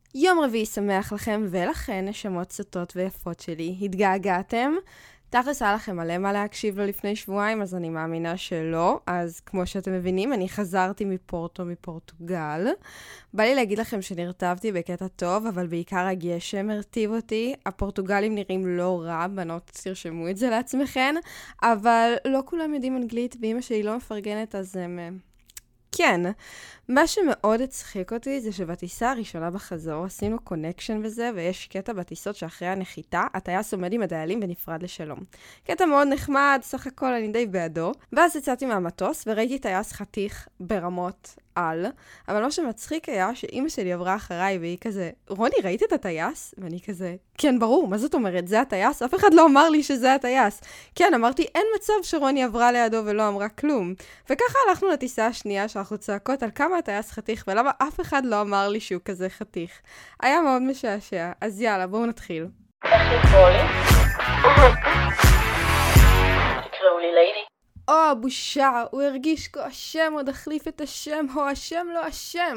יום רביעי שמח לכם, ולכן נשמות סוטות ויפות שלי. התגעגעתם? תכלס היה לכם מלא להקשיב לו לפני שבועיים, אז אני מאמינה שלא. אז כמו שאתם מבינים, אני חזרתי מפורטוגל. בא לי להגיד לכם שנרטבתי בקטע טוב, אבל בעיקר הגשם הרטיב אותי. הפורטוגלים נראים לא רע, בנות תרשמו את זה לעצמכן, אבל לא כולם יודעים אנגלית, ואמא שלי לא מפרגנת, אז הם... כן, מה שמאוד הצחיק אותי זה שבטיסה הראשונה בחזור עשינו קונקשן וזה, ויש קטע בטיסות שאחרי הנחיתה, הטייס עומד עם הדיילים ונפרד לשלום. קטע מאוד נחמד, סך הכל אני די בעדו, ואז יצאתי מהמטוס וראיתי טייס חתיך ברמות על, אבל מה שמצחיק היה שאמא שלי עברה אחריי והיא כזה, רוני ראית את הטייס? ואני כזה, כן ברור, מה זאת אומרת? זה הטייס? אף אחד לא אמר לי שזה הטייס. כן, אמרתי, אין מצב שרוני עברה לידו ולא אמרה כלום. וככה הלכנו לטיסה השנייה שאנחנו צועקות על כמה הטייס חתיך ולמה אף אחד לא אמר לי שהוא כזה חתיך. היה מאוד משעשע, אז יאללה, בואו נתחיל. איך לקרוא לי? תקראו לי ליידי. בושה, הוא הרגיש כה השם, עוד החליף את השם, או השם לא השם.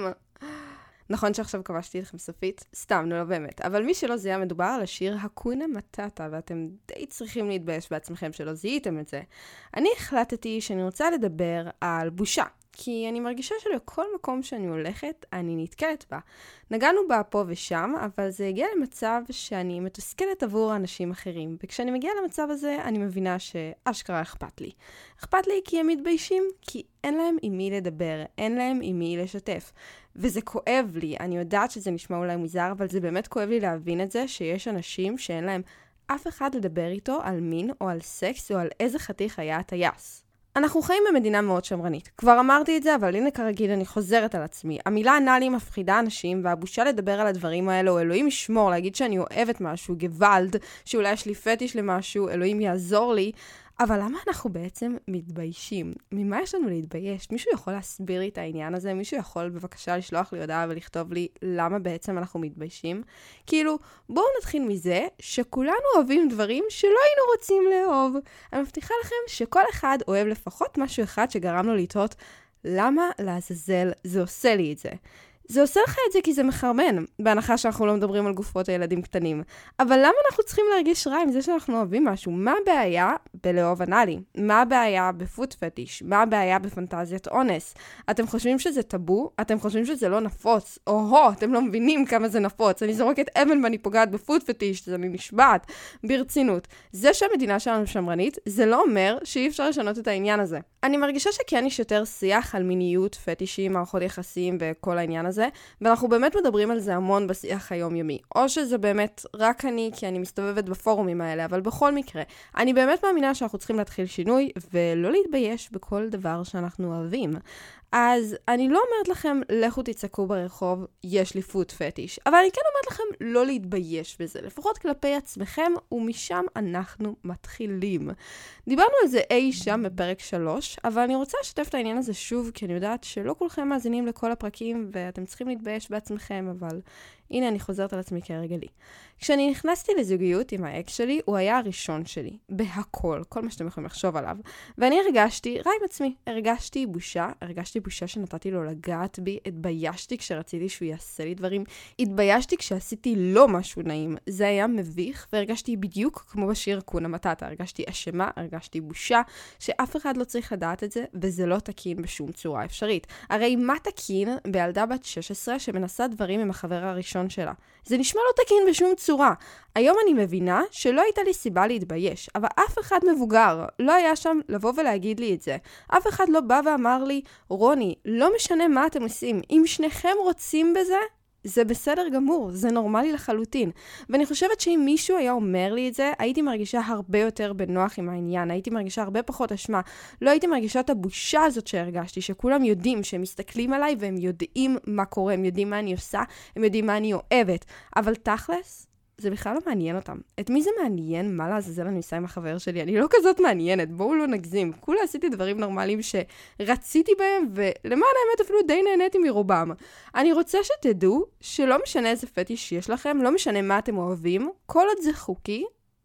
נכון שעכשיו כבשתי אתכם סופית? סתם, לא באמת. אבל מי שלא זיהה, מדובר על השיר הקונה מטאטה, ואתם די צריכים להתבייש בעצמכם שלא זיהיתם את זה. אני החלטתי שאני רוצה לדבר על בושה, כי אני מרגישה שלכל מקום שאני הולכת, אני נתקלת בה. נגענו בה פה ושם, אבל זה הגיע למצב שאני מתוסכלת עבור אנשים אחרים. וכשאני מגיעה למצב הזה, אני מבינה שאשכרה אכפת לי. אכפת לי כי הם מתביישים, כי אין להם עם מי לדבר, אין להם עם מי לשתף. וזה כואב לי, אני יודעת שזה נשמע אולי מוזר, אבל זה באמת כואב לי להבין את זה, שיש אנשים שאין להם אף אחד לדבר איתו על מין או על סקס או על איזה חתיך היה הטייס. אנחנו חיים במדינה מאוד שמרנית. כבר אמרתי את זה, אבל הנה כרגיל אני חוזרת על עצמי. המילה אנאלי מפחידה אנשים, והבושה לדבר על הדברים האלה, או אלוהים ישמור, להגיד שאני אוהבת משהו, גוואלד, שאולי יש לי פטיש למשהו, אלוהים יעזור לי. אבל למה אנחנו בעצם מתביישים? ממה יש לנו להתבייש? מישהו יכול להסביר לי את העניין הזה? מישהו יכול בבקשה לשלוח לי הודעה ולכתוב לי למה בעצם אנחנו מתביישים? כאילו, בואו נתחיל מזה שכולנו אוהבים דברים שלא היינו רוצים לאהוב. אני מבטיחה לכם שכל אחד אוהב לפחות משהו אחד שגרם לו לתהות למה לעזאזל זה עושה לי את זה. זה עושה לך את זה כי זה מחרמן, בהנחה שאנחנו לא מדברים על גופות הילדים קטנים. אבל למה אנחנו צריכים להרגיש רע עם זה שאנחנו אוהבים משהו? מה הבעיה בלאהוב אנאלי? מה הבעיה בפוט פטיש? מה הבעיה בפנטזיית אונס? אתם חושבים שזה טאבו? אתם חושבים שזה לא נפוץ? אתם לא מבינים כמה זה נפוץ. אני זורקת אבן ואני פוגעת בפוט פטיש, אז אני נשבעת. ברצינות. זה שהמדינה שלנו שמרנית, זה לא אומר שאי אפשר לשנות את העניין הזה. אני מרגישה שכן יש יותר שיח על מיניות, פטישים, מערכות יחסים וכל העניין הזה, ואנחנו באמת מדברים על זה המון בשיח היומיומי. או שזה באמת רק אני, כי אני מסתובבת בפורומים האלה, אבל בכל מקרה, אני באמת מאמינה שאנחנו צריכים להתחיל שינוי, ולא להתבייש בכל דבר שאנחנו אוהבים. אז אני לא אומרת לכם, לכו תצעקו ברחוב, יש לי פוט פטיש. אבל אני כן אומרת לכם לא להתבייש בזה, לפחות כלפי עצמכם, ומשם אנחנו מתחילים. דיברנו על זה אי שם בפרק 3, אבל אני רוצה לשתף את העניין הזה שוב, כי אני יודעת שלא כולכם מאזינים לכל הפרקים, ואתם צריכים להתבייש בעצמכם, אבל הנה אני חוזרת על עצמי כרגלי. כשאני נכנסתי לזוגיות עם האקס שלי, הוא היה הראשון שלי, בהכל, כל מה שאתם יכולים לחשוב עליו. ואני הרגשתי, רע עם עצמי, הרגשתי בושה שנתתי לו לגעת בי, התביישתי כשרציתי שהוא יעשה לי דברים, התביישתי כשעשיתי לו משהו נעים, זה היה מביך, והרגשתי בדיוק כמו בשיר קונה מטאטה, הרגשתי אשמה, הרגשתי בושה, שאף אחד לא צריך לדעת את זה, וזה לא תקין בשום צורה אפשרית. הרי מה תקין בילדה בת 16 שמנסה דברים עם החבר הראשון שלה? זה נשמע לא תקין בשום צורה. היום אני מבינה שלא הייתה לי סיבה להתבייש, אבל אף אחד מבוגר לא היה שם לבוא ולהגיד לי את זה. אף אחד לא בא ואמר לי, רוני, לא משנה מה אתם עושים, אם שניכם רוצים בזה, זה בסדר גמור, זה נורמלי לחלוטין. ואני חושבת שאם מישהו היה אומר לי את זה, הייתי מרגישה הרבה יותר בנוח עם העניין, הייתי מרגישה הרבה פחות אשמה. לא הייתי מרגישה את הבושה הזאת שהרגשתי, שכולם יודעים שהם מסתכלים עליי והם יודעים מה קורה, הם יודעים מה אני עושה, הם יודעים מה אני אוהבת. אבל תכלס, זה בכלל לא מעניין אותם. את מי זה מעניין? מה לעזאזל אני עושה עם החבר שלי? אני לא כזאת מעניינת, בואו לא נגזים. כולה עשיתי דברים נורמליים שרציתי בהם, ולמען האמת אפילו די נהניתי מרובם. אני רוצה שתדעו שלא משנה איזה פטיש שיש לכם, לא משנה מה אתם אוהבים, כל עוד זה חוקי,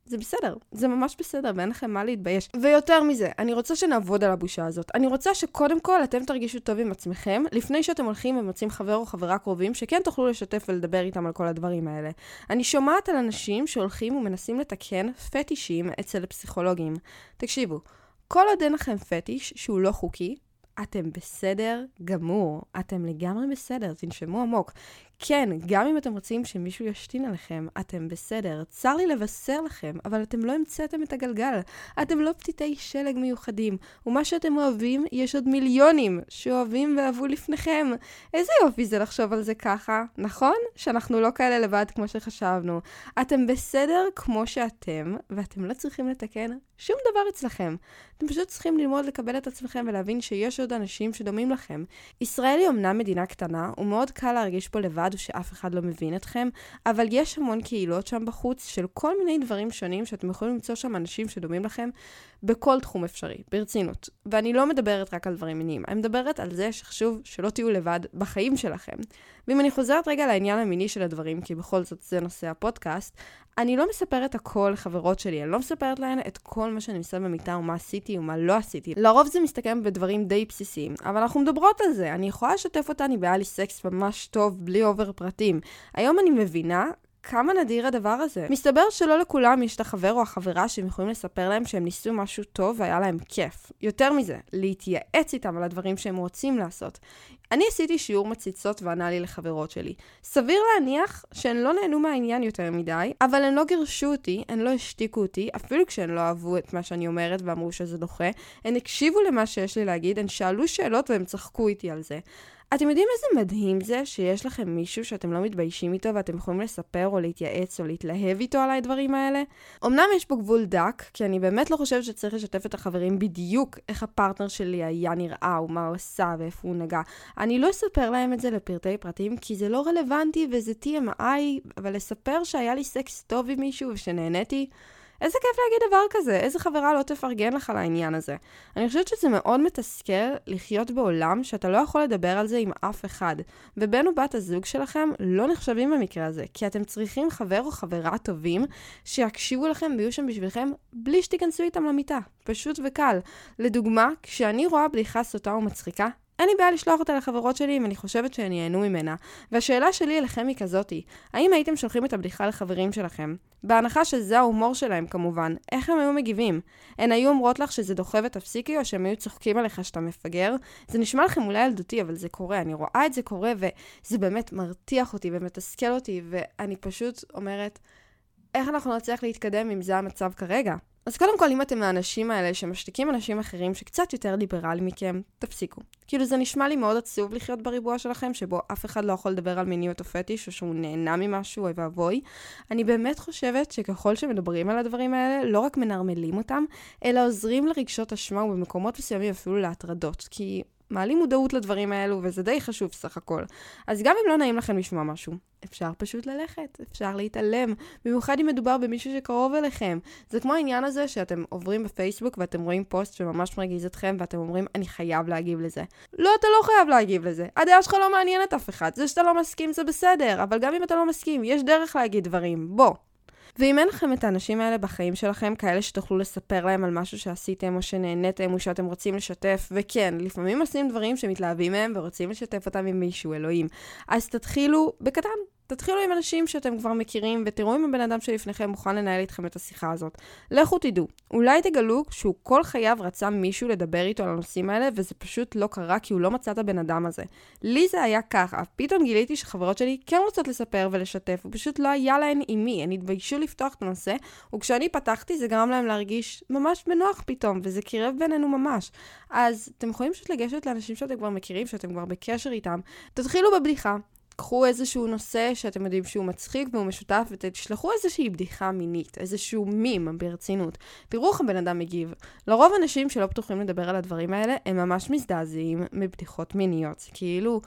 זה בסדר, זה ממש בסדר, ואין לכם מה להתבייש. ויותר מזה, אני רוצה שנעבוד על הבושה הזאת. אני רוצה שקודם כל אתם תרגישו טוב עם עצמכם, לפני שאתם הולכים ומוצאים חבר או חברה קרובים, שכן תוכלו לשתף ולדבר איתם על כל הדברים האלה. אני שומעת על אנשים שהולכים ומנסים לתקן פטישים אצל פסיכולוגים. תקשיבו, כל עוד אין לכם פטיש שהוא לא חוקי, אתם בסדר גמור, אתם לגמרי בסדר, תנשמו עמוק. כן, גם אם אתם רוצים שמישהו ישתין עליכם, אתם בסדר. צר לי לבשר לכם, אבל אתם לא המצאתם את הגלגל. אתם לא פתיתי שלג מיוחדים. ומה שאתם אוהבים, יש עוד מיליונים שאוהבים ואהבו לפניכם. איזה יופי זה לחשוב על זה ככה, נכון? שאנחנו לא כאלה לבד כמו שחשבנו. אתם בסדר כמו שאתם, ואתם לא צריכים לתקן שום דבר אצלכם. אתם פשוט צריכים ללמוד לקבל את עצמכם ולהבין שיש עוד אנשים שדומים לכם. ישראל היא אמנם מדינה קטנה, ומאוד קל להרגיש פה לבד ושאף אחד לא מבין אתכם, אבל יש המון קהילות שם בחוץ של כל מיני דברים שונים שאתם יכולים למצוא שם אנשים שדומים לכם בכל תחום אפשרי, ברצינות. ואני לא מדברת רק על דברים מיניים, אני מדברת על זה שחשוב שלא תהיו לבד בחיים שלכם. ואם אני חוזרת רגע לעניין המיני של הדברים, כי בכל זאת זה נושא הפודקאסט, אני לא מספרת הכל לחברות שלי, אני לא מספרת להן את כל מה שאני מסתכל במיטה ומה עשיתי ומה לא עשיתי. לרוב זה מסתכם בדברים די בסיסיים, אבל אנחנו מדברות על זה. אני יכולה לשתף אותה, אני באה לי סקס ממש טוב, בלי אובר פרטים. היום אני מבינה כמה נדיר הדבר הזה. מסתבר שלא לכולם יש את החבר או החברה שהם יכולים לספר להם שהם ניסו משהו טוב והיה להם כיף. יותר מזה, להתייעץ איתם על הדברים שהם רוצים לעשות. אני עשיתי שיעור מציצות וענה לי לחברות שלי. סביר להניח שהן לא נהנו מהעניין יותר מדי, אבל הן לא גירשו אותי, הן לא השתיקו אותי, אפילו כשהן לא אהבו את מה שאני אומרת ואמרו שזה דוחה. הן הקשיבו למה שיש לי להגיד, הן שאלו שאלות והם צחקו איתי על זה. אתם יודעים איזה מדהים זה שיש לכם מישהו שאתם לא מתביישים איתו ואתם יכולים לספר או להתייעץ או להתלהב איתו על הדברים האלה? אמנם יש פה גבול דק, כי אני באמת לא חושבת שצריך לשתף את החברים בדיוק איך הפרטנר שלי היה נראה ומה הוא עשה ואיפה הוא נגע. אני לא אספר להם את זה לפרטי פרטים כי זה לא רלוונטי וזה TMI, אבל לספר שהיה לי סקס טוב עם מישהו ושנהניתי, איזה כיף להגיד דבר כזה, איזה חברה לא תפרגן לך על העניין הזה. אני חושבת שזה מאוד מתסכל לחיות בעולם שאתה לא יכול לדבר על זה עם אף אחד. ובן או בת הזוג שלכם לא נחשבים במקרה הזה, כי אתם צריכים חבר או חברה טובים שיקשיבו לכם ויהיו שם בשבילכם בלי שתיכנסו איתם למיטה. פשוט וקל. לדוגמה, כשאני רואה בדיחה סוטה ומצחיקה, אין לי בעיה לשלוח אותה לחברות שלי אם אני חושבת שהן ייהנו ממנה. והשאלה שלי אליכם היא כזאתי, האם הייתם שולחים את הבדיחה לחברים שלכם? בהנחה שזה ההומור שלהם כמובן, איך הם היו מגיבים? הן היו אומרות לך שזה דוחה ותפסיקי או שהם היו צוחקים עליך שאתה מפגר? זה נשמע לכם אולי ילדותי, אבל זה קורה, אני רואה את זה קורה וזה באמת מרתיח אותי ומתסכל אותי ואני פשוט אומרת, איך אנחנו נצליח להתקדם אם זה המצב כרגע? אז קודם כל, אם אתם מהאנשים האלה שמשתיקים אנשים אחרים שקצת יותר ליברלי מכם, תפסיקו. כאילו זה נשמע לי מאוד עצוב לחיות בריבוע שלכם, שבו אף אחד לא יכול לדבר על מיניות או פטיש, או שהוא נהנה ממשהו, אוי ואבוי. אני באמת חושבת שככל שמדברים על הדברים האלה, לא רק מנרמלים אותם, אלא עוזרים לרגשות אשמה ובמקומות מסוימים אפילו להטרדות. כי מעלים מודעות לדברים האלו, וזה די חשוב סך הכל. אז גם אם לא נעים לכם לשמוע משהו, אפשר פשוט ללכת, אפשר להתעלם, במיוחד אם מדובר במישהו שקרוב אליכם. זה כמו העניין הזה שאתם עוברים בפייסבוק ואתם רואים פוסט שממש מרגיז אתכם ואתם אומרים, אני חייב להגיב לזה. לא, אתה לא חייב להגיב לזה. הדעה שלך לא מעניינת אף אחד. זה שאתה לא מסכים זה בסדר, אבל גם אם אתה לא מסכים, יש דרך להגיד דברים. בוא. ואם אין לכם את האנשים האלה בחיים שלכם, כאלה שתוכלו לספר להם על משהו שעשיתם או שנהניתם או שאתם רוצים לשתף, וכן, לפעמים עושים דברים שמתלהבים מהם ורוצים לשתף אותם עם מישהו, אלוהים. אז תתחילו בקטן. תתחילו עם אנשים שאתם כבר מכירים, ותראו אם הבן אדם שלפניכם מוכן לנהל איתכם את השיחה הזאת. לכו תדעו. אולי תגלו שהוא כל חייו רצה מישהו לדבר איתו על הנושאים האלה, וזה פשוט לא קרה כי הוא לא מצא את הבן אדם הזה. לי זה היה ככה. פתאום גיליתי שחברות שלי כן רוצות לספר ולשתף, ופשוט לא היה להן עם מי. הן התביישו לפתוח את הנושא, וכשאני פתחתי זה גרם להם להרגיש ממש בנוח פתאום, וזה קירב בינינו ממש. אז אתם יכולים פשוט לגשת לאנשים שאתם כבר מכירים, שאתם כבר בקשר איתם. תתחילו בבדיחה. קחו איזשהו נושא שאתם יודעים שהוא מצחיק והוא משותף, ותשלחו איזושהי בדיחה מינית, איזשהו מים ברצינות. תראו איך הבן אדם מגיב. לרוב אנשים שלא פתוחים לדבר על הדברים האלה, הם ממש מזדעזעים מבדיחות מיניות. כאילו,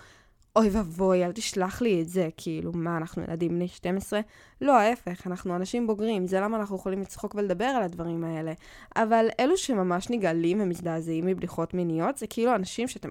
אוי ובוי, אל תשלח לי את זה, כאילו, מה, אנחנו ילדים בני 12? לא, ההפך, אנחנו אנשים בוגרים, זה למה אנחנו יכולים לצחוק ולדבר על הדברים האלה. אבל אלו שממש נגעלים ומזדעזעים מבדיחות מיניות, זה כאילו אנשים שאתם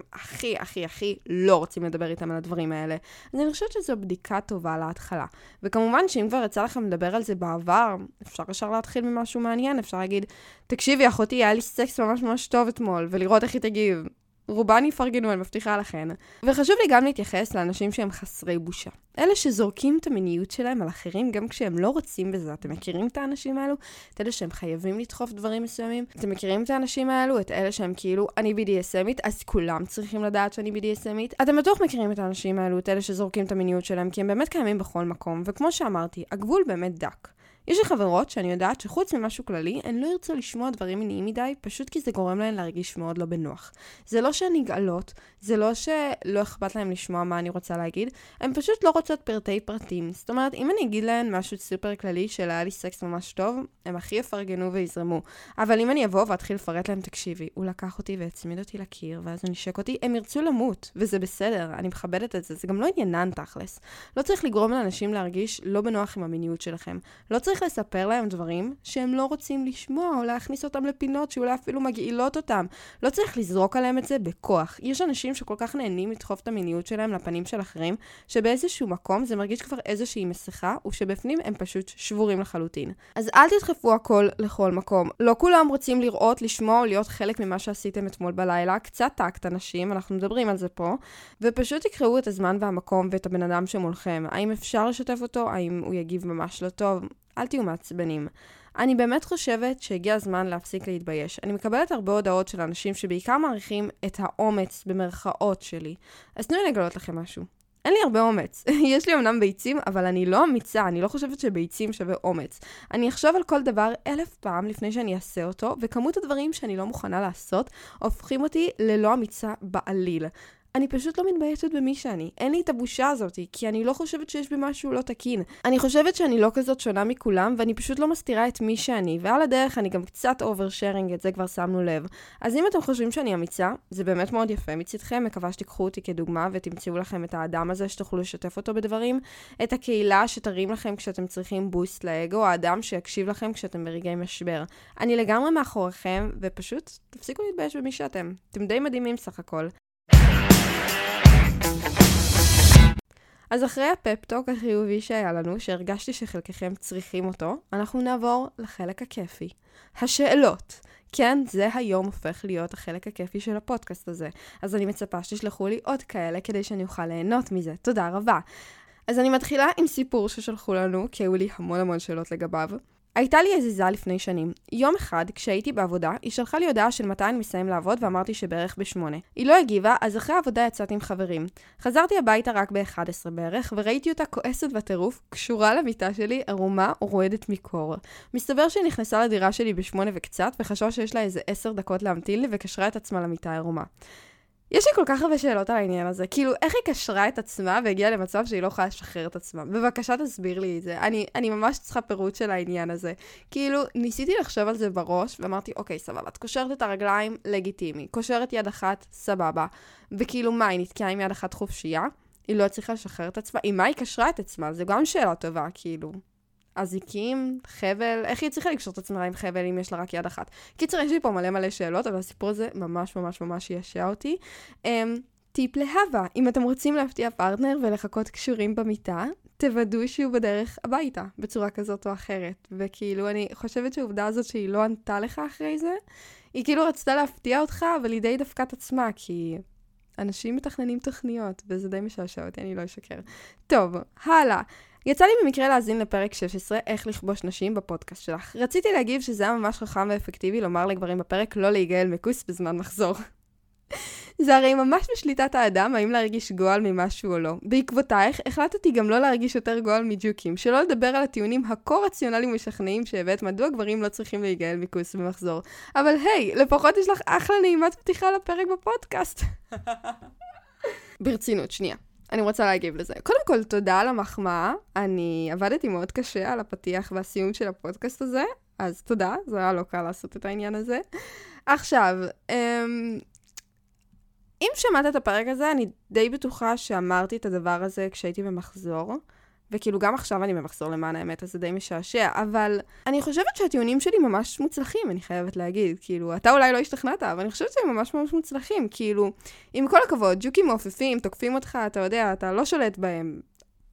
הכי לא רוצים לדבר איתם על הדברים האלה. אז אני חושבת שזו בדיקה טובה להתחלה. וכמובן שאם כבר יצא לכם לדבר על זה בעבר, אפשר ישר להתחיל ממשהו מעניין, אפשר להגיד, תקשיבי, אחותי, היה לי סקס ממש טוב אתמול, ולראות איך היא תגיב. רובן יפרגנו, אני מבטיחה לכן. וחשוב לי גם להתייחס לאנשים שהם חסרי בושה. אלה שזורקים את המיניות שלהם על אחרים גם כשהם לא רוצים בזה. אתם מכירים את האנשים האלו? את אלה שהם חייבים לדחוף דברים מסוימים? אתם מכירים את האנשים האלו? את אלה שהם כאילו, אני BDSMית, אז כולם צריכים לדעת שאני BDSMית? אתם בטוח מכירים את האנשים האלו, את אלה שזורקים את המיניות שלהם, כי הם באמת קיימים בכל מקום. וכמו שאמרתי, הגבול באמת דק. יש לי חברות שאני יודעת שחוץ ממשהו כללי, הן לא ירצו לשמוע דברים מיניים מדי, פשוט כי זה גורם להן להרגיש מאוד לא בנוח. זה לא שהן נגעלות, זה לא שלא אכפת להן לשמוע מה אני רוצה להגיד, הן פשוט לא רוצות פרטי פרטים. זאת אומרת, אם אני אגיד להן משהו סופר כללי של היה לי סקס ממש טוב, הם הכי יפרגנו ויזרמו. אבל אם אני אבוא ואתחיל לפרט להם, תקשיבי, הוא לקח אותי והצמיד אותי לקיר, ואז הוא נשק אותי, הם ירצו למות, וזה בסדר, אני מכבדת את זה, זה גם לא עניינן תכלס. לא צריך לגרום לאנשים להרגיש לא בנוח עם המיניות שלכם. לא צריך לספר להם דברים שהם לא רוצים לשמוע, או להכניס אותם לפינות שאולי אפילו מגעילות אותם. לא צריך לזרוק עליהם את זה בכוח. יש אנשים שכל כך נהנים לדחוף את המיניות שלהם לפנים של אחרים, שבאיזשהו מקום זה מרגיש כבר איזושהי מסכה, ושבפנים הם פשוט שבורים לחלוטין. אז אל תדחפו הכל לכל מקום. לא כולם רוצים לראות, לשמוע או להיות חלק ממה שעשיתם אתמול בלילה. קצת טקט אנשים, אנחנו מדברים על זה פה, ופשוט תקראו את הזמן והמקום ואת הבן אדם שמולכם. האם אפשר לשתף אותו? האם הוא יגיב ממש לא טוב? אל תהיו מעצבנים. אני באמת חושבת שהגיע הזמן להפסיק להתבייש. אני מקבלת הרבה הודעות של אנשים שבעיקר מעריכים את האומץ במרכאות שלי. אז תנו לי לגלות לכם משהו. אין לי הרבה אומץ. יש לי אמנם ביצים, אבל אני לא אמיצה. אני לא חושבת שביצים שווה אומץ. אני אחשוב על כל דבר 1000 פעם לפני שאני אעשה אותו, וכמות הדברים שאני לא מוכנה לעשות, הופכים אותי ללא אמיצה בעליל. אני פשוט לא מתביישת במי שאני. אין לי את הבושה הזאת, כי אני לא חושבת שיש במשהו לא תקין. אני חושבת שאני לא כזאת שונה מכולם, ואני פשוט לא מסתירה את מי שאני. ועל הדרך אני גם קצת אוברשרינג, את זה כבר שמנו לב. אז אם אתם חושבים שאני אמיצה, זה באמת מאוד יפה מצדכם. מקווה שתיקחו אותי כדוגמה ותמצאו לכם את האדם הזה שתוכלו לשתף אותו בדברים. את הקהילה שתרים לכם כשאתם צריכים בוסט לאגו, האדם שיקשיב לכם כשאתם ברגעי משבר. אני לגמרי מאחוריכם, ופשוט תפסיקו להתבייש במי שאתם. אתם די מדהימים סך הכל. אז אחרי הפפטוק החיובי שהיה לנו, שהרגשתי שחלקכם צריכים אותו, אנחנו נעבור לחלק הכיפי. השאלות. כן, זה היום הופך להיות החלק הכיפי של הפודקאסט הזה. אז אני מצפה שתשלחו לי עוד כאלה כדי שאני אוכל ליהנות מזה. תודה רבה. אז אני מתחילה עם סיפור ששלחו לנו, כי היו לי המון שאלות לגביו. הייתה לי הזיזה לפני שנים. יום אחד, כשהייתי בעבודה, היא שלחה לי הודעה של מתי אני מסיים לעבוד ואמרתי שבערך ב8. היא לא הגיבה, אז אחרי העבודה יצאתי עם חברים. חזרתי הביתה רק ב11 בערך, וראיתי אותה כועסת בטירוף, קשורה למיטה שלי, ערומה או רועדת מקור. מסתבר שהיא נכנסה לדירה שלי ב8 וקצת, וחשבה שיש לה איזה 10 דקות להמתין לי, וקשרה את עצמה למיטה ערומה. יש לי כל כך הרבה שאלות על העניין הזה. כאילו, איך היא קשרה את עצמה והגיעה למצב שהיא לא יכולה לשחרר את עצמה? בבקשה תסביר לי את זה. אני ממש צריכה פירוט של העניין הזה. כאילו, ניסיתי לחשוב על זה בראש, ואמרתי, אוקיי, סבבה, את קושרת את הרגליים, לגיטימי. קושרת יד אחת, סבבה. וכאילו, מה, היא נתקעה עם יד אחת חופשייה? היא לא צריכה לשחרר את עצמה? עם מה היא קשרה את עצמה? זה גם שאלה טובה, כאילו. אזיקים, חבל, איך היא צריכה לקשור את עצמה עם חבל אם יש לה רק יד אחת? קיצר, יש לי פה מלא שאלות, אבל הסיפור הזה ממש ישע אותי. טיפ להווה, אם אתם רוצים להפתיע פרטנר ולחכות קשורים במיטה, תוודאו שהוא בדרך הביתה, בצורה כזאת או אחרת. וכאילו, אני חושבת שהעובדה הזאת שהיא לא ענתה לך אחרי זה, היא כאילו רצתה להפתיע אותך, אבל היא די דווקא את עצמה, כי אנשים מתכננים תוכניות, וזה די משעשע אותי, אני לא אשקר. טוב, הלאה. יצא לי במקרה להזין לפרק 16, איך לכבוש נשים בפודקאסט שלך. רציתי להגיב שזה היה ממש חכם ואפקטיבי לומר לגברים בפרק לא להיגאל מכוס בזמן מחזור. זה הרי ממש בשליטת האדם, האם להרגיש גועל ממשהו או לא. בעקבותייך, החלטתי גם לא להרגיש יותר גועל מג'וקים, שלא לדבר על הטיעונים הכה-רציונליים ומשכנעים שהבאת מדוע גברים לא צריכים להיגאל מכוס במחזור. אבל היי, לפחות יש לך אחלה נעימת פתיחה לפרק בפודקאסט. ברצינות, שנייה. אני רוצה להגיב לזה. קודם כל, תודה על המחמאה. אני עבדתי מאוד קשה על הפתיח והסיום של הפודקאסט הזה, אז תודה, זה היה לא קל לעשות את העניין הזה. עכשיו, אם שמעת את הפרק הזה, אני די בטוחה שאמרתי את הדבר הזה כשהייתי במחזור, וכאילו גם עכשיו אני במחזור למען האמת, אז זה די משעשע, אבל אני חושבת שהטיעונים שלי ממש מוצלחים, אני חייבת להגיד, כאילו, אתה אולי לא השתכנעת, אבל אני חושבת שהם ממש ממש מוצלחים, כאילו, עם כל הכבוד, ג'וקים מעופפים, תוקפים אותך, אתה יודע, אתה לא שולט בהם.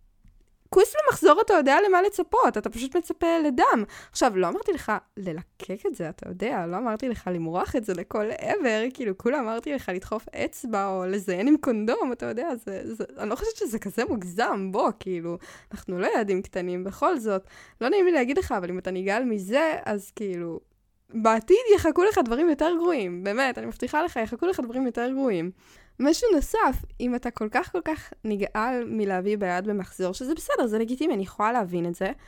כוס במחזור אתה יודע למה לצפות, אתה פשוט מצפה לדם. עכשיו, לא אמרתי לך ללקק את זה, אתה יודע, לא אמרתי לך למרוח את זה לכל עבר, כאילו, כולה אמרתי לך לדחוף אצבע או לזיין עם קונדום, אתה יודע, אני לא חושבת שזה כזה מוגזם, בוא, כאילו, אנחנו לא ילדים קטנים, בכל זאת, לא נעים לי להגיד לך, אבל אם אתה נגעל מזה, אז כאילו, בעתיד יחכו לך דברים יותר גרועים, באמת, אני מבטיחה לך, יחכו לך דברים יותר גרועים. משהו נוסף, אם אתה כל כך נגעל מלהביא ביד במחזור, שזה בסדר, זה לגיטימי, אני יכולה להבין את זה,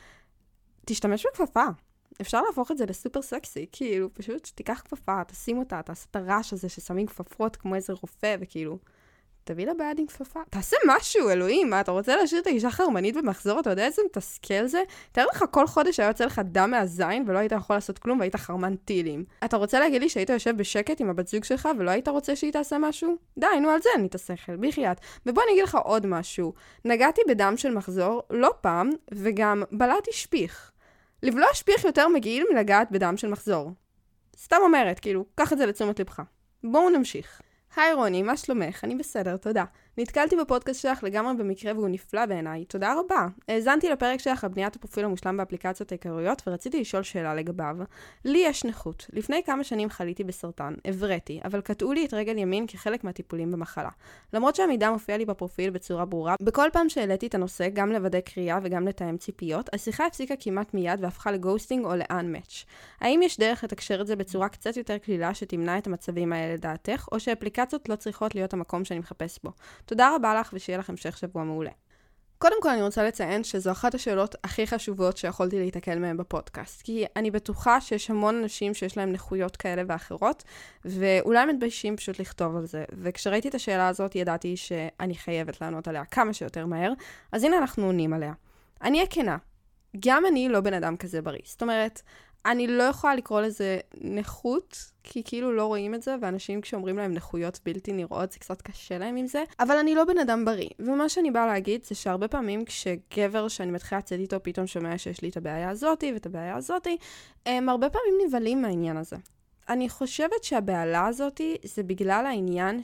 תשתמש בכפפה. אפשר להפוך את זה לסופר סקסי, כאילו, פשוט תיקח כפפה, תשים אותה, תעשה את הרעש הזה ששמים כפפות כמו איזה רופא, וכאילו, תביא לה ביד עם כפפה. תעשה משהו, אלוהים, מה, אתה רוצה להשאיר את האישה חרמנית במחזור, אתה יודע איזה מתסכל זה? תאר לך כל חודש היה יוצא לך דם מהזין, ולא היית יכול לעשות כלום, והיית חרמן טילים. אתה רוצה להגיד לי שהיית יושב בשקט עם הבת זוג שלך, ולא היית רוצה שהיא תעשה משהו? די, נו, על זה אני תשכל, בחייאת. ובוא אני אגיד לך עוד משהו. נגעתי בדם של מחזור, לא פעם, וגם בלעתי שפיך. לבלוע שפיך יותר מגעיל מלגעת בדם של מחזור. סתם אומרת, כאילו, קח את זה לתשומת לבך. בואו נמשיך. היי רוני, מה שלומך? אני בסדר, תודה. נתקלתי בפודקאסט שלך לגמרי במקרה והוא נפלא בעיניי. תודה רבה. האזנתי לפרק שלך על בניית הפרופיל המושלם באפליקציות העיקריות ורציתי לשאול שאלה לגביו. לי יש נכות. לפני כמה שנים חליתי בסרטן, הבראתי, אבל קטעו לי את רגל ימין כחלק מהטיפולים במחלה. למרות שהמידע מופיע לי בפרופיל בצורה ברורה, בכל פעם שהעליתי את הנושא, גם לוודא קריאה וגם לתאם ציפיות, השיחה הפסיקה כמעט מיד והפכה לגוסטינג או לאנמאץ'. האם יש דרך לתקשר את זה בצורה קצת יותר כלילה שתמנע את המצבים האלה לדעתך, או שאפליקציות לא צריכות להיות המקום שאני מחפש בו? תודה רבה לך ושיהיה לך המשך שבוע מעולה. קודם כל אני רוצה לציין שזו אחת השאלות הכי חשובות שיכולתי להתקל מהן בפודקאסט, כי אני בטוחה שיש המון אנשים שיש להם נכויות כאלה ואחרות, ואולי מתביישים פשוט לכתוב על זה, וכשראיתי את השאלה הזאת ידעתי שאני חייבת לענות עליה כמה שיותר מהר, אז הנה אנחנו עונים עליה. אני אהיה כנה, גם אני לא בן אדם כזה בריא, זאת אומרת, אני לא יכולה לקרוא לזה נכות, כי כאילו לא רואים את זה, ואנשים כשאומרים להם נכויות בלתי נראות, זה קצת קשה להם עם זה, אבל אני לא בן אדם בריא. ומה שאני באה להגיד זה שהרבה פעמים כשגבר שאני מתחילה לצאת איתו פתאום שומע שיש לי את הבעיה הזאת ואת הבעיה הזאת, הם הרבה פעמים נבלים מהעניין הזה. אני חושבת שהבעלה הזאת זה בגלל העניין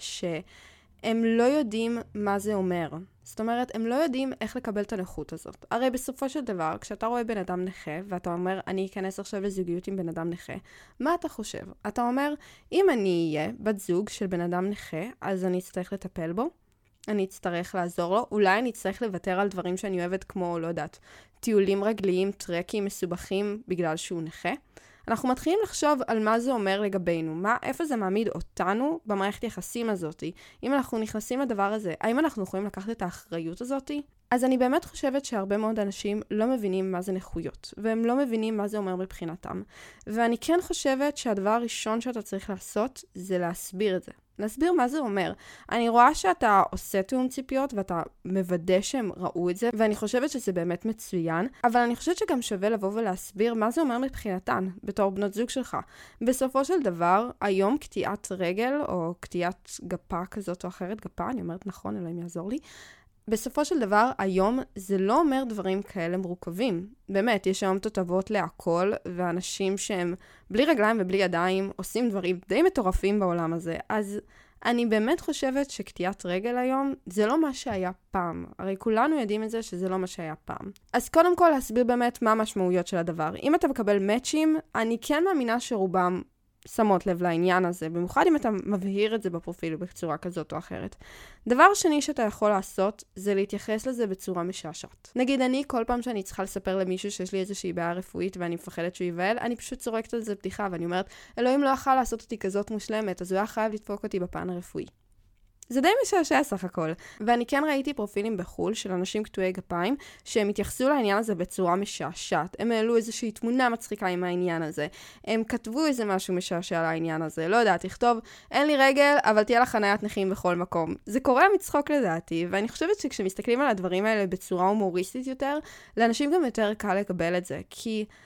שהם לא יודעים מה זה אומר. זאת אומרת, הם לא יודעים איך לקבל את הנכות הזאת. הרי בסופו של דבר, כשאתה רואה בן אדם נכה, ואתה אומר, אני אכנס עכשיו לזוגיות עם בן אדם נכה, מה אתה חושב? אתה אומר, אם אני אהיה בת זוג של בן אדם נכה, אז אני אצטרך לטפל בו, אני אצטרך לעזור לו, אולי אני אצטרך לוותר על דברים שאני אוהבת כמו, לא יודעת, טיולים רגליים, טרקים מסובכים בגלל שהוא נכה. אנחנו מתחילים לחשוב על מה זה אומר לגבינו, איפה זה מעמיד אותנו במערכת יחסים הזאת. אם אנחנו נכנסים לדבר הזה, האם אנחנו יכולים לקחת את האחריות הזאת? אז אני באמת חושבת שהרבה מאוד אנשים לא מבינים מה זה נכויות, והם לא מבינים מה זה אומר מבחינתם. ואני כן חושבת שהדבר הראשון שאתה צריך לעשות זה להסביר את זה. להסביר מה זה אומר. אני רואה שאתה עושה תאום ציפיות ואתה מוודא שהם ראו את זה, ואני חושבת שזה באמת מצוין, אבל אני חושבת שגם שווה לבוא ולהסביר מה זה אומר מבחינתן, בתור בנות זוג שלך. בסופו של דבר, היום קטיעת רגל או קטיעת גפה כזאת או אחרת, גפה, אני אומרת נכון, אלוהים יעזור לי, בסופו של דבר, היום זה לא אומר דברים כאלה מורכבים. באמת, יש היום תותבות להכל, ואנשים שהם בלי רגליים ובלי ידיים עושים דברים די מטורפים בעולם הזה. אז אני באמת חושבת שקטיעת רגל היום זה לא מה שהיה פעם. הרי כולנו יודעים את זה שזה לא מה שהיה פעם. אז קודם כל להסביר באמת מה המשמעויות של הדבר. אם אתה מקבל מאצ'ים, אני כן מאמינה שרובם שמות לב לעניין הזה, במיוחד אם אתה מבהיר את זה בפרופיל בצורה כזאת או אחרת. דבר שני שאתה יכול לעשות, זה להתייחס לזה בצורה משעשעת. נגיד אני, כל פעם שאני צריכה לספר למישהו שיש לי איזושהי בעיה רפואית ואני מפחדת שהוא ייבהל, אני פשוט צורקת על זה בדיחה ואני אומרת, אלוהים לא יכול לעשות אותי כזאת מושלמת, אז הוא היה חייב לדפוק אותי בפן הרפואי. זה די משעשע סך הכל. ואני כן ראיתי פרופילים בחול של אנשים קטועי גפיים, שהם התייחסו לעניין הזה בצורה משעשעת. הם העלו איזושהי תמונה מצחיקה עם העניין הזה. הם כתבו איזה משהו משעשע על העניין הזה. לא יודעת, תכתוב, אין לי רגל, אבל תהיה לך חניית נכים בכל מקום. זה קורה מצחוק לדעתי, ואני חושבת שכשמסתכלים על הדברים האלה בצורה הומוריסטית יותר, לאנשים גם יותר קל לקבל את זה. כי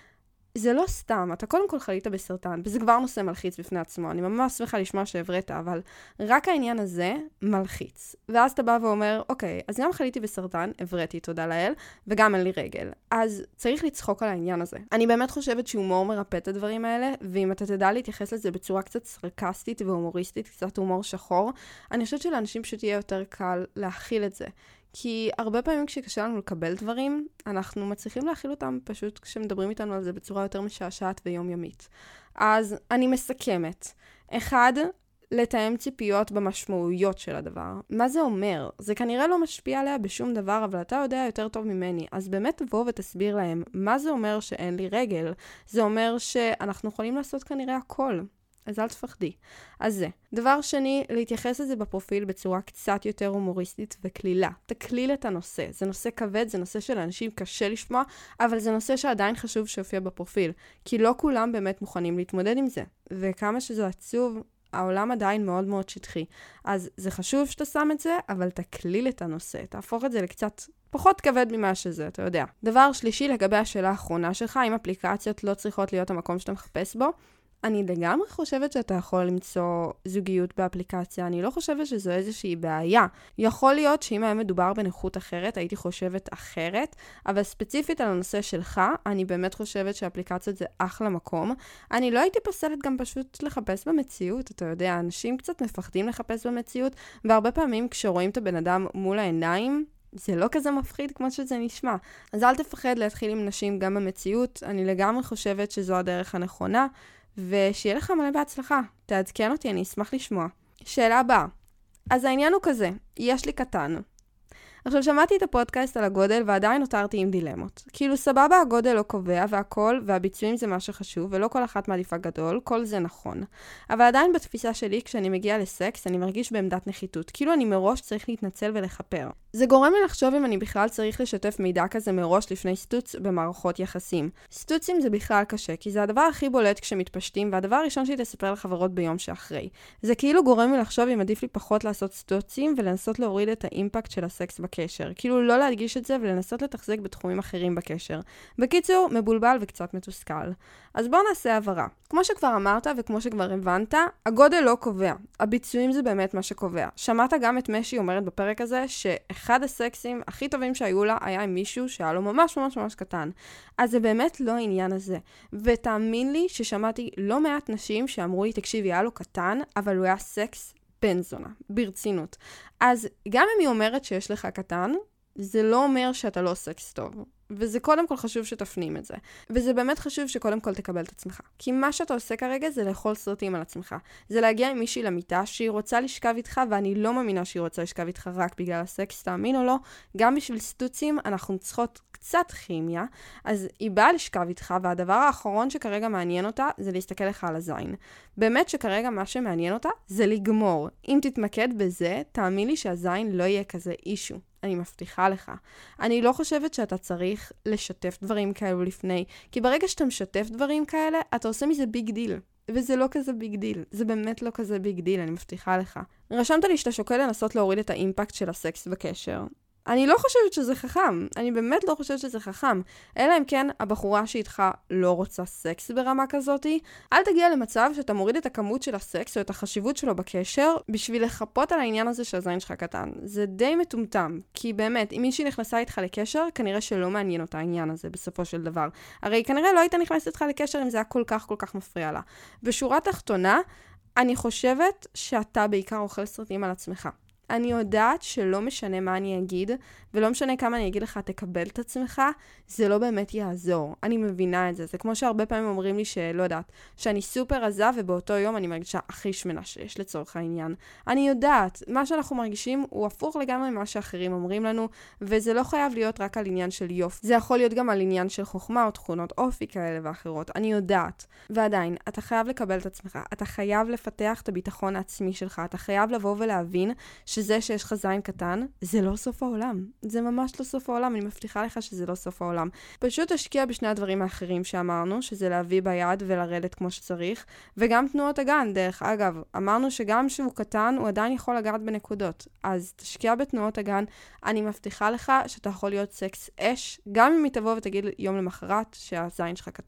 זה לא סתם, אתה קודם כל חלית בסרטן, וזה כבר נושא מלחיץ בפני עצמו, אני ממש שמחה לשמוע שהבראת, אבל רק העניין הזה מלחיץ. ואז אתה בא ואומר, אוקיי, אז גם חליתי בסרטן, הבראתי, תודה לאל, וגם אין לי רגל. אז צריך לצחוק על העניין הזה. אני באמת חושבת שהומור מרפא את הדברים האלה, ואם אתה תדע להתייחס לזה בצורה קצת סרקסטית והומוריסטית, קצת הומור שחור, אני חושבת שלאנשים פשוט יהיה יותר קל להכיל את זה. כי הרבה פעמים כשקשה לנו לקבל דברים, אנחנו מצליחים להכיל אותם פשוט כשמדברים איתנו על זה בצורה יותר משעשעת ויומיומית. אז אני מסכמת. 1, לתאם ציפיות במשמעויות של הדבר. מה זה אומר? זה כנראה לא משפיע עליה בשום דבר, אבל אתה יודע יותר טוב ממני. אז באמת תבוא ותסביר להם מה זה אומר שאין לי רגל. זה אומר שאנחנו יכולים לעשות כנראה הכל. אז אל תפחדי. אז זה. דבר שני, להתייחס לזה בפרופיל בצורה קצת יותר הומוריסטית וכלילה. תכליל את הנושא. זה נושא כבד, זה נושא שלאנשים קשה לשמוע, אבל זה נושא שעדיין חשוב שיופיע בפרופיל. כי לא כולם באמת מוכנים להתמודד עם זה. וכמה שזה עצוב, העולם עדיין מאוד מאוד שטחי. אז זה חשוב שאתה שם את זה, אבל תכליל את הנושא. תהפוך את זה לקצת פחות כבד ממה שזה, אתה יודע. דבר שלישי, לגבי השאלה האחרונה שלך, אם אפליקציות לא צריכות להיות המקום שאתה מחפש בו, אני לגמרי חושבת שאתה יכול למצוא זוגיות באפליקציה, אני לא חושבת שזו איזושהי בעיה. יכול להיות שאם היה מדובר בנכות אחרת, הייתי חושבת אחרת, אבל ספציפית על הנושא שלך, אני באמת חושבת שאפליקציות זה אחלה מקום. אני לא הייתי פסלת גם פשוט לחפש במציאות, אתה יודע, אנשים קצת מפחדים לחפש במציאות, והרבה פעמים כשרואים את הבן אדם מול העיניים, זה לא כזה מפחיד כמו שזה נשמע. אז אל תפחד להתחיל עם נשים גם במציאות, אני לגמרי חושבת שזו הדרך הנכונה, ושיהיה לך מלא בהצלחה. תעדכן אותי, אני אשמח לשמוע. שאלה הבאה. אז העניין הוא כזה, יש לי קטן. עכשיו שמעתי את הפודקאסט על הגודל ועדיין נותרתי עם דילמות. כאילו סבבה הגודל לא קובע והכל והביצועים זה מה שחשוב ולא כל אחת מעדיפה גדול, כל זה נכון. אבל עדיין בתפיסה שלי כשאני מגיעה לסקס אני מרגיש בעמדת נחיתות. כאילו אני מראש צריך להתנצל ולחפר. זה גורם לי לחשוב אם אני בכלל צריך לשתף מידע כזה מראש לפני סטוץ במערכות יחסים. סטוצים זה בכלל קשה כי זה הדבר הכי בולט כשמתפשטים והדבר הראשון שהיא תספר לחברות ביום שאחרי. זה כאילו גורם לי לחשוב אם עדיף לי פחות לעשות סטוצים ולנסות להוריד את האימפקט של הסקס בקשר. כאילו לא להדגיש את זה ולנסות לתחזק בתחומים אחרים בקשר. בקיצור, מבולבל וקצת מתוסכל. אז בואו נעשה הבהרה. כמו שכבר אמרת וכמו שכבר הבנת, הגודל לא קובע. הביצועים זה באמת מה שקובע. שמעת גם את משי אומרת בפרק הזה שאחד הסקסים הכי טובים שהיו לה היה עם מישהו שהיה לו ממש ממש ממש קטן. אז זה באמת לא העניין הזה. ותאמין לי ששמעתי לא מעט נשים שאמרו לי, תקשיבי, היה לו קטן, אבל הוא היה סקס בן זונה, ברצינות. אז גם אם היא אומרת שיש לך קטן, זה לא אומר שאתה לא סקס טוב. וזה קודם כל חשוב שתפנים את זה. וזה באמת חשוב שקודם כל תקבל את עצמך. כי מה שאתה עושה כרגע זה לאכול סרטים על עצמך. זה להגיע עם מישהי למיטה שהיא רוצה לשכב איתך, ואני לא מאמינה שהיא רוצה לשכב איתך רק בגלל הסקס, תאמין או לא. גם בשביל סטוצים אנחנו צריכות קצת כימיה, אז היא באה לשכב איתך, והדבר האחרון שכרגע מעניין אותה זה להסתכל לך על הזין. באמת שכרגע מה שמעניין אותה זה לגמור. אם תתמקד בזה, תאמין לי שהזין לא יהיה כזה אישו. אני מבטיחה לך. אני לא חושבת שאתה צריך לשתף דברים כאלו לפני, כי ברגע שאתה משתף דברים כאלה, אתה עושה מזה ביג דיל. וזה לא כזה ביג דיל. זה באמת לא כזה ביג דיל, אני מבטיחה לך. רשמת לי שאתה שוקל לנסות להוריד את האימפקט של הסקס בקשר. אני לא חושבת שזה חכם. אני באמת לא חושבת שזה חכם. אלא אם כן, הבחורה שאיתך לא רוצה סקס ברמה כזאת, אל תגיע למצב שאתה מוריד את הכמות של הסקס או את החשיבות שלו בקשר, בשביל לחפות על העניין הזה שהזין שלך קטן. זה די מטומטם. כי באמת, אם מישהי נכנסה איתך לקשר, כנראה שלא מעניין אותה העניין הזה בסופו של דבר. הרי כנראה לא היית נכנסת איתך לקשר אם זה היה כל כך מפריע לה. בשורה תחתונה, אני חושבת שאתה בעיקר אוכל סרטים על עצמך. אני יודעת שלא משנה מה אני אגיד, ולא משנה כמה אני אגיד לך, תקבל את עצמך, זה לא באמת יעזור. אני מבינה את זה. זה כמו שהרבה פעמים אומרים לי שלא יודעת, שאני סופר עזה, ובאותו יום אני מרגישה הכי שמנה שיש לצורך העניין. אני יודעת, מה שאנחנו מרגישים הוא הפוך לגמרי ממה שאחרים אומרים לנו, וזה לא חייב להיות רק על עניין של יופי. זה יכול להיות גם על עניין של חוכמה או תכונות אופי כאלה ואחרות. אני יודעת. ועדיין, אתה חייב לקבל את עצמך. אתה חייב לפתח את הביטחון העצמי שלך. אתה חייב לבוא ולהבין שזה שיש לך זין קטן, זה לא סוף העולם. זה ממש לא סוף העולם, אני מבטיחה לך שזה לא סוף העולם. פשוט תשקיע בשני הדברים האחרים שאמרנו, שזה להביא ביד ולרדת כמו שצריך, וגם תנועות הגן, דרך אגב. אמרנו שגם שהוא קטן, הוא עדיין יכול לגעת בנקודות. אז תשקיע בתנועות הגן, אני מבטיחה לך שאתה יכול להיות סקס אש, גם אם היא תבוא ותגיד יום למחרת שהזין שלך קטן.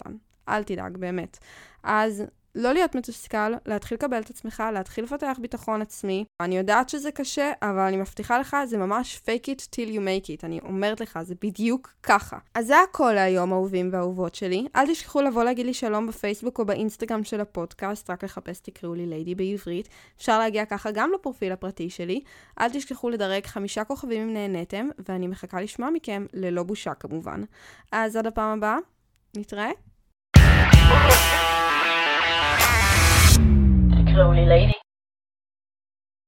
אל תדאג, באמת. אז לא להיות מתוסכל, להתחיל לקבל את עצמך, להתחיל לפתח ביטחון עצמי. אני יודעת שזה קשה, אבל אני מבטיחה לך, זה ממש fake it till you make it. אני אומרת לך, זה בדיוק ככה. אז זה הכל להיום, אהובים ואהובות שלי. אל תשכחו לבוא להגיד לי שלום בפייסבוק או באינסטגרם של הפודקאסט, רק לחפש תקראו לי ליידי בעברית. אפשר להגיע ככה גם לפרופיל הפרטי שלי. אל תשכחו לדרג 5 כוכבים אם נהניתם, ואני מחכה לשמוע מכם, ללא בושה כמובן. אז עד הפעם הבאה, נתראה. תקראו לי ליידי.